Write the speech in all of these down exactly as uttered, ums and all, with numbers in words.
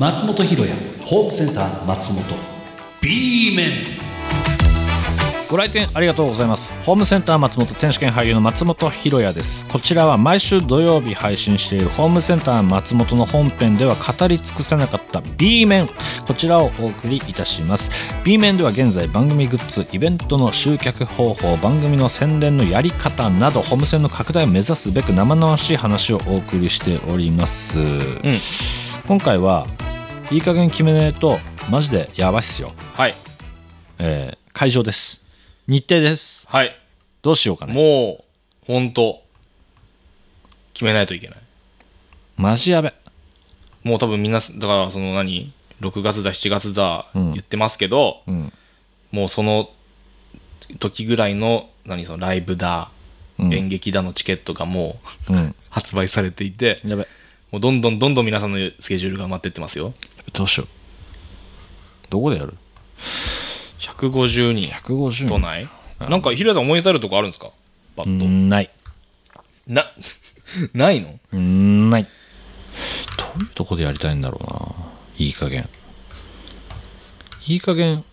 松本ひろやホームセンター松本 B 面。ご来店ありがとうございます。ホームセンター松本天使兼俳優の松本ひろやです。こちらは毎週土曜日配信しているホームセンター松本の本編では語り尽くせなかった B 面、こちらをお送りいたします。 B 面では現在番組グッズ、イベントの集客方法、番組の宣伝のやり方などホームセンの拡大を目指すべく生々しい話をお送りしております、うん、今回はいい加減決めねえとマジでやばいっすよ。 はい、 えー、会場です。日程です。 はい。 どうしようかね。 もう本当決めないといけない。 マジやべ。 もう多分みんなだからその何ろくがつだしちがつだ言ってますけど、うん、もうその時ぐらいの何そのライブだ、うん、演劇だのチケットがもう、うん、発売されていて、やべ。もうどんどんどんどん皆さんのスケジュールが埋まってってますよ。 どうしよう。どこでやる？ ひゃくごじゅうにんひゃくごじゅうにん都内、うん、なんかひろやさん思い当たるとこあるんですか？パッとないなないの？ ない。どういうとこでやりたいんだろうな。いい加減いい加減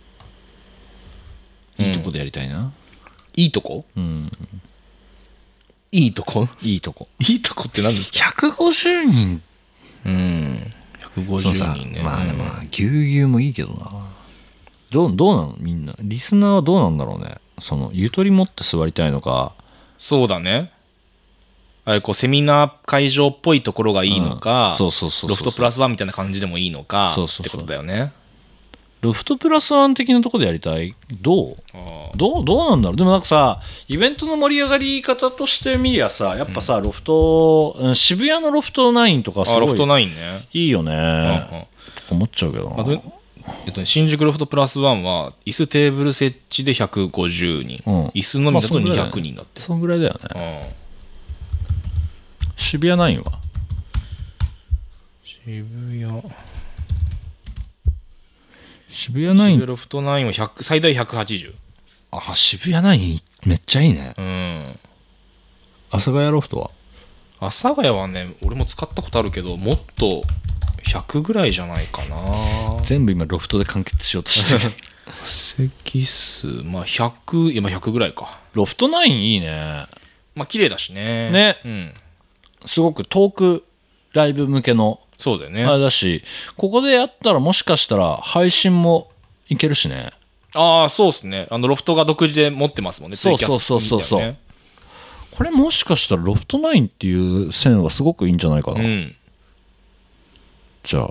いいとこでやりたいな、うん、 いいとこ、うん、いいとこいいとこいいとこって何ですか？ ひゃくごじゅうにん、 うん、ひゃくごじゅうにんね。 まあでもぎゅうぎゅうもいいけどな。どう、どうなのみんなリスナーはどうなんだろうね。そのゆとり持って座りたいのか。 そうだね。あれこうセミナー会場っぽいところがいいのか、 そうそうそうそう、 ロフトプラスワンみたいな感じでもいいのか、 そうそうそうってことだよね。 ロフトプラスワン的なところでやりたい。どうどうどうなんだろう。でもなんかさ、イベントの盛り上がり方として見りゃさ、やっぱさ、うん、ロフト渋谷のロフトナインとかすごい、あ、ロフトナインね、いいよね、うんうん、と思っちゃうけどな。 えっとね、新宿ロフトプラスワンは椅子テーブル設置でひゃくごじゅうにん、うん、椅子のみだとにひゃくにんだって、 まあ、そんぐらいだよね、うん、渋谷ナインは渋谷渋谷ナイン、 渋谷ロフトナインはひゃく最大ひゃくはちじゅう。 あ、渋谷ナインめっちゃいいね。 うん。 阿佐ヶ谷ロフトは阿佐ヶ谷はね、俺も使ったことあるけどもっとひゃくぐらいじゃないかな。 全部今ロフトで完結しようとしてる席数まあひゃく、今ひゃくぐらいか。 ロフトナインいいね。 まあ綺麗だしね。 ね、うん、すごくトークライブ向けのそうだよね。 あれだし、ここでやったらもしかしたら配信もいけるしね。 ああ、そうですね。あのロフトが独自で持ってますもんね。 そうそうそうそうそう、ね、これもしかしたらロフトナインっていう線はすごくいいんじゃないかな、うん、じゃあ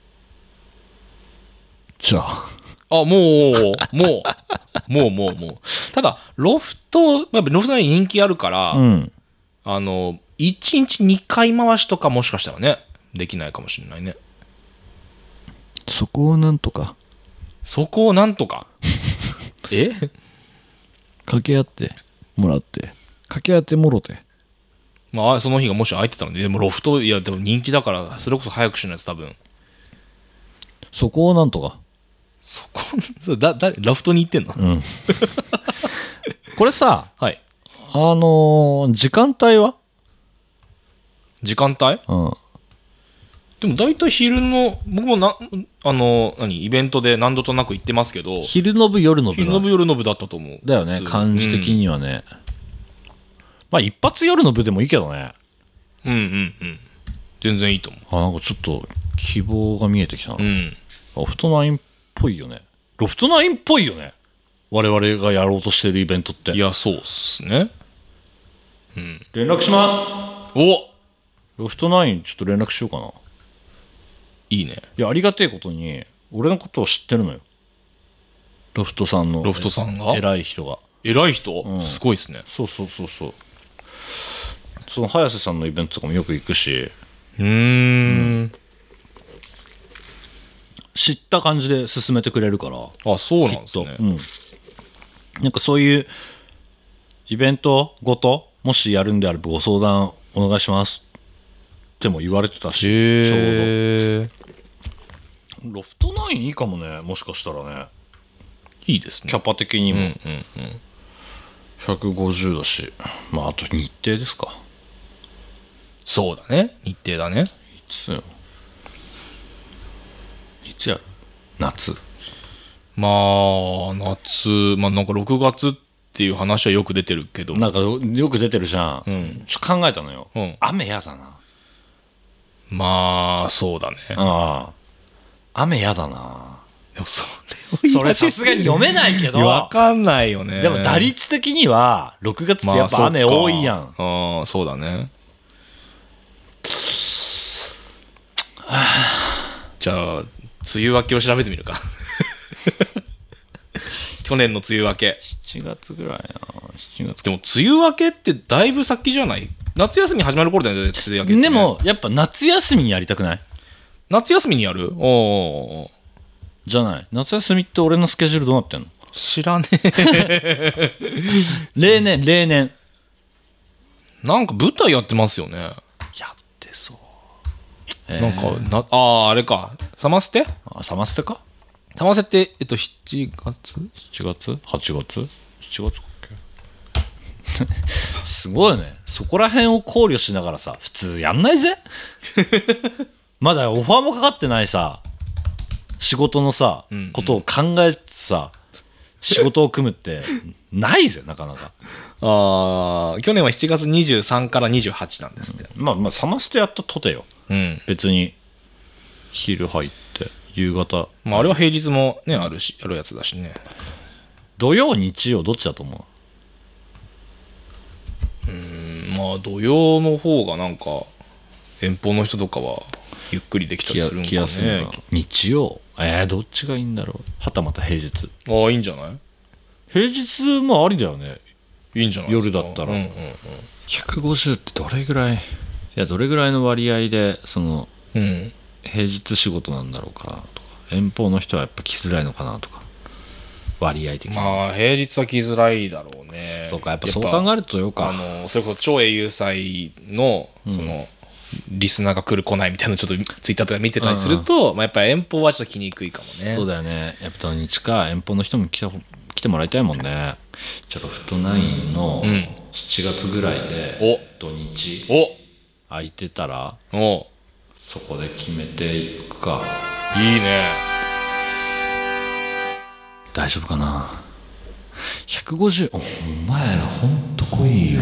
じゃああ、もうもうもうもうもうただロフトロフトナイン人気あるから、うん、あのいちにちにかい回しとかもしかしたらねできないかもしれないね。 そこをなんとかそこをなんとかえ掛け合ってもらって掛け合ってもろて、 まあその日がもし空いてたので、でもロフトいやでも人気だからそれこそ早くしないと多分。 そこをなんとかそこだだロフトに行ってんの、うん、 これさ、 はい、 あのー、時間帯は時間帯、うん、でも大体昼の僕もなあの何イベントで何度となく行ってますけど、 昼の部夜の部昼の部夜の部だったと思う。 だよね、感じ的にはね、うん、まあ一発夜の部でもいいけどね。 うんうんうん、全然いいと思う。 あ、なんかちょっと希望が見えてきたな、うん、ロフトナインっぽいよね。ロフトナインっぽいよね、我々がやろうとしてるイベントって。 いやそうっすね、 うん、連絡します。おロフトナインちょっと連絡しようかな。 いいね。 いやありがてえことに俺のことを知ってるのよ、ロフトさんの。 ロフトさんが偉い人が偉い人、 うん、 すごいですね。 そうそうそうそう、その早瀬さんのイベントとかもよく行くし、 うーん、うん、 知った感じで進めてくれるから。 あ、そうなんですね、 うん、なんかそういうイベントごともしやるんであればご相談お願いしますっても言われてたし、ちょうどロフトナインいいかもね、もしかしたらね。 いいですね、 キャパ的にも、うんうんうん、ひゃくごじゅうだし、まああと日程ですか。 そうだね、日程だね。 いつよつやる？夏？ まあ夏、まあなんかろくがつっていう話はよく出てるけど、 なんかよく出てるじゃん、うん、ちょっと考えたのよ、うん、雨やだな。 まあそうだね。 ああ、雨やだな。 でもそれそれさすがに読めないけどわかんないよね。 でも打率的にはろくがつってやっぱ雨多いやん、まあ、ああそうだね。じゃあ梅雨明けを調べてみるか去年の梅雨明けしちがつぐらいな。しちがつでも梅雨明けってだいぶ先じゃない？夏休み始まる頃だよね、梅雨明けって、ね、 でもやっぱ夏休みにやりたくない？ 夏休みにやる？おーじゃない。夏休みって俺のスケジュールどうなってんの？ 知らねえ例年例年なんか舞台やってますよね。 やってそう、 えー、なんかなあーあれかサマステ？ あサマステか。 サマステってえっとしちがつしちがつはちがつしちがつかっけすごいね。そこら辺を考慮しながらさ普通やんないぜまだオファーもかかってないさ仕事のさ、うんうん、ことを考えてさ仕事を組むってないぜなかなか。 あ去年はしちがつにじゅうさんからにじゅうはちなんですね、 うん、まあまあサマステやったとてよ、うん、別に昼入って夕方、 まあ、あれは平日もねあるしやるやつだしね。 土曜日曜どっちだと思う？うーんまあ土曜の方がなんか遠方の人とかはゆっくりできたりするんかね。 日曜えー、どっちがいいんだろう。はたまた平日。 ああいいんじゃない？ 平日もありだよね。 いいんじゃないですか。 夜だったら、うんうんうん、 ひゃくごじゅうってどれぐらいいやどれぐらいの割合でその、うん、平日仕事なんだろうかなとか遠方の人はやっぱ来づらいのかなとか割合的に。 まあ平日は来づらいだろうね。 そうかやっぱそう考えるとよか。 あのそれこそ超英雄祭のその、うんリスナーが来る来ないみたいなのちょっとツイッターとか見てたりすると、うんうんまあ、やっぱり遠方はちょっと来にくいかもね。 そうだよね。やっぱ土日か遠方の人も来て、来てもらいたいもんね。じゃあロフトナインのしちがつぐらいで土日空いてたらおそこで決めていくか。 いいね。 大丈夫かな。ひゃくごじゅうお前らほんと来いよ。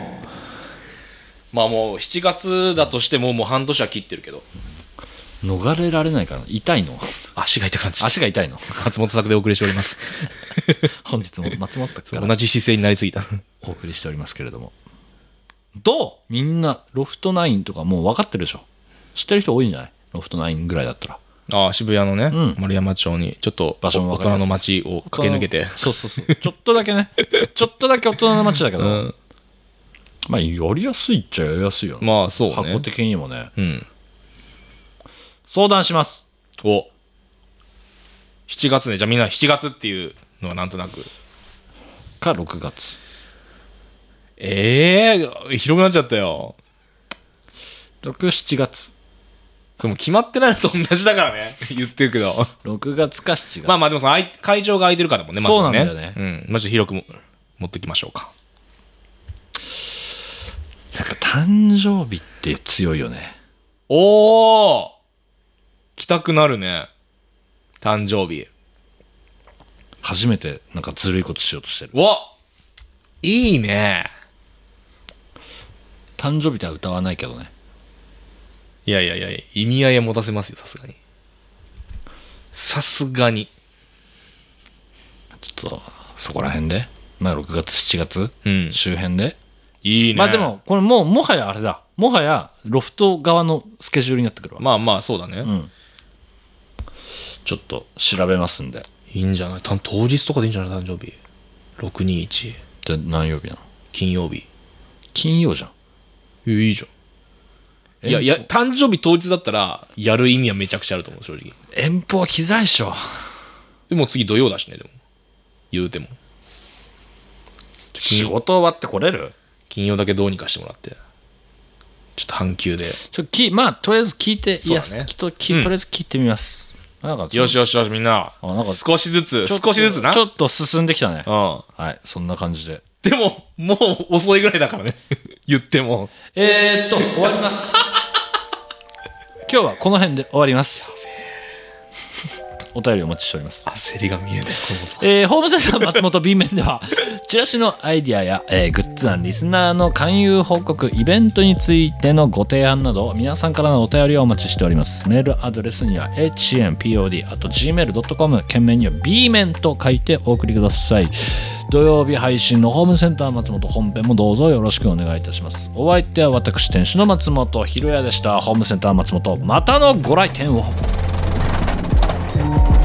まあもうしちがつだとしてももう半年は切ってるけど逃れられないから。痛いの足が痛くなっちゃった。 足が痛いの松本作でお送りしております本日も松本作から同じ姿勢になりすぎたお送りしておりますけれども、どうみんなロフトナインとかもう分かってるでしょ。知ってる人多いんじゃない？ロフトナインぐらいだったら。 ああ渋谷のね、うん、丸山町にちょっと大人の街を駆け抜けてそうそうそうちょっとだけねちょっとだけ大人の街だけど、うんまあやりやすいっちゃやりやすいよね。 まあそうね。 箱的にもね。うん。相談します。 お。しちがつね。じゃあみんなしちがつっていうのはなんとなく。 かろくがつ。 ええー、広くなっちゃったよ。 ろく、しちがつ。 それも決まってないのと同じだからね。言ってるけど。 ろくがつかしちがつ。 まあまあでもその会場が空いてるからもね。 まずね。そうなんだよね。 うん。まず広くも持ってきましょうか。 やっぱ誕生日って強いよね。 おー来たくなるね。誕生日初めてなんかずるいことしようとしてる。 わいいね。 誕生日とは歌わないけどね。 いやいやいや意味合いは持たせますよ。さすがにさすがにちょっとそこら辺でまあろくがつしちがつ、うん、周辺でいいね。 まあでもこれもうもはやあれだ。もはやロフト側のスケジュールになってくるわ。 まあまあそうだね、うん、 ちょっと調べますんで。 いいんじゃない。当日とかでいいんじゃない。誕生日ろくにちで何曜日なの。 金曜日。 金曜じゃん。 いいじゃん。いやいや誕生日当日だったらやる意味はめちゃくちゃあると思う正直。 遠方は来づらいっしょ。 でも次土曜だしね。でも言うても仕事終わって来れる。 金曜だけどうにかしてもらってちょっと半休でちょきまあとりあえず聞いて、そうだね、いやきとき、うん、とりあえず聞いてみます。 なんかよしよしよしみんな、あなんか少しずつ少しずつなちょっと進んできたね。うんはいそんな感じで。 でももう遅いぐらいだからね言ってもえー、っと終わります今日はこの辺で終わりますお便りお待ちしております。 焦りが見えない。 えー、ホームセンター松本 B 面ではチラシのアイディアや、えー、グッズ案、リスナーの勧誘報告、イベントについてのご提案など皆さんからのお便りをお待ちしております。メールアドレスには エイチシーエムポッド アットジーメールドットコム、 件名には B 面と書いてお送りください。土曜日配信のホームセンター松本本編もどうぞよろしくお願いいたします。お相手は私店主の松本ひろやでした。ホームセンター松本、またのご来店を。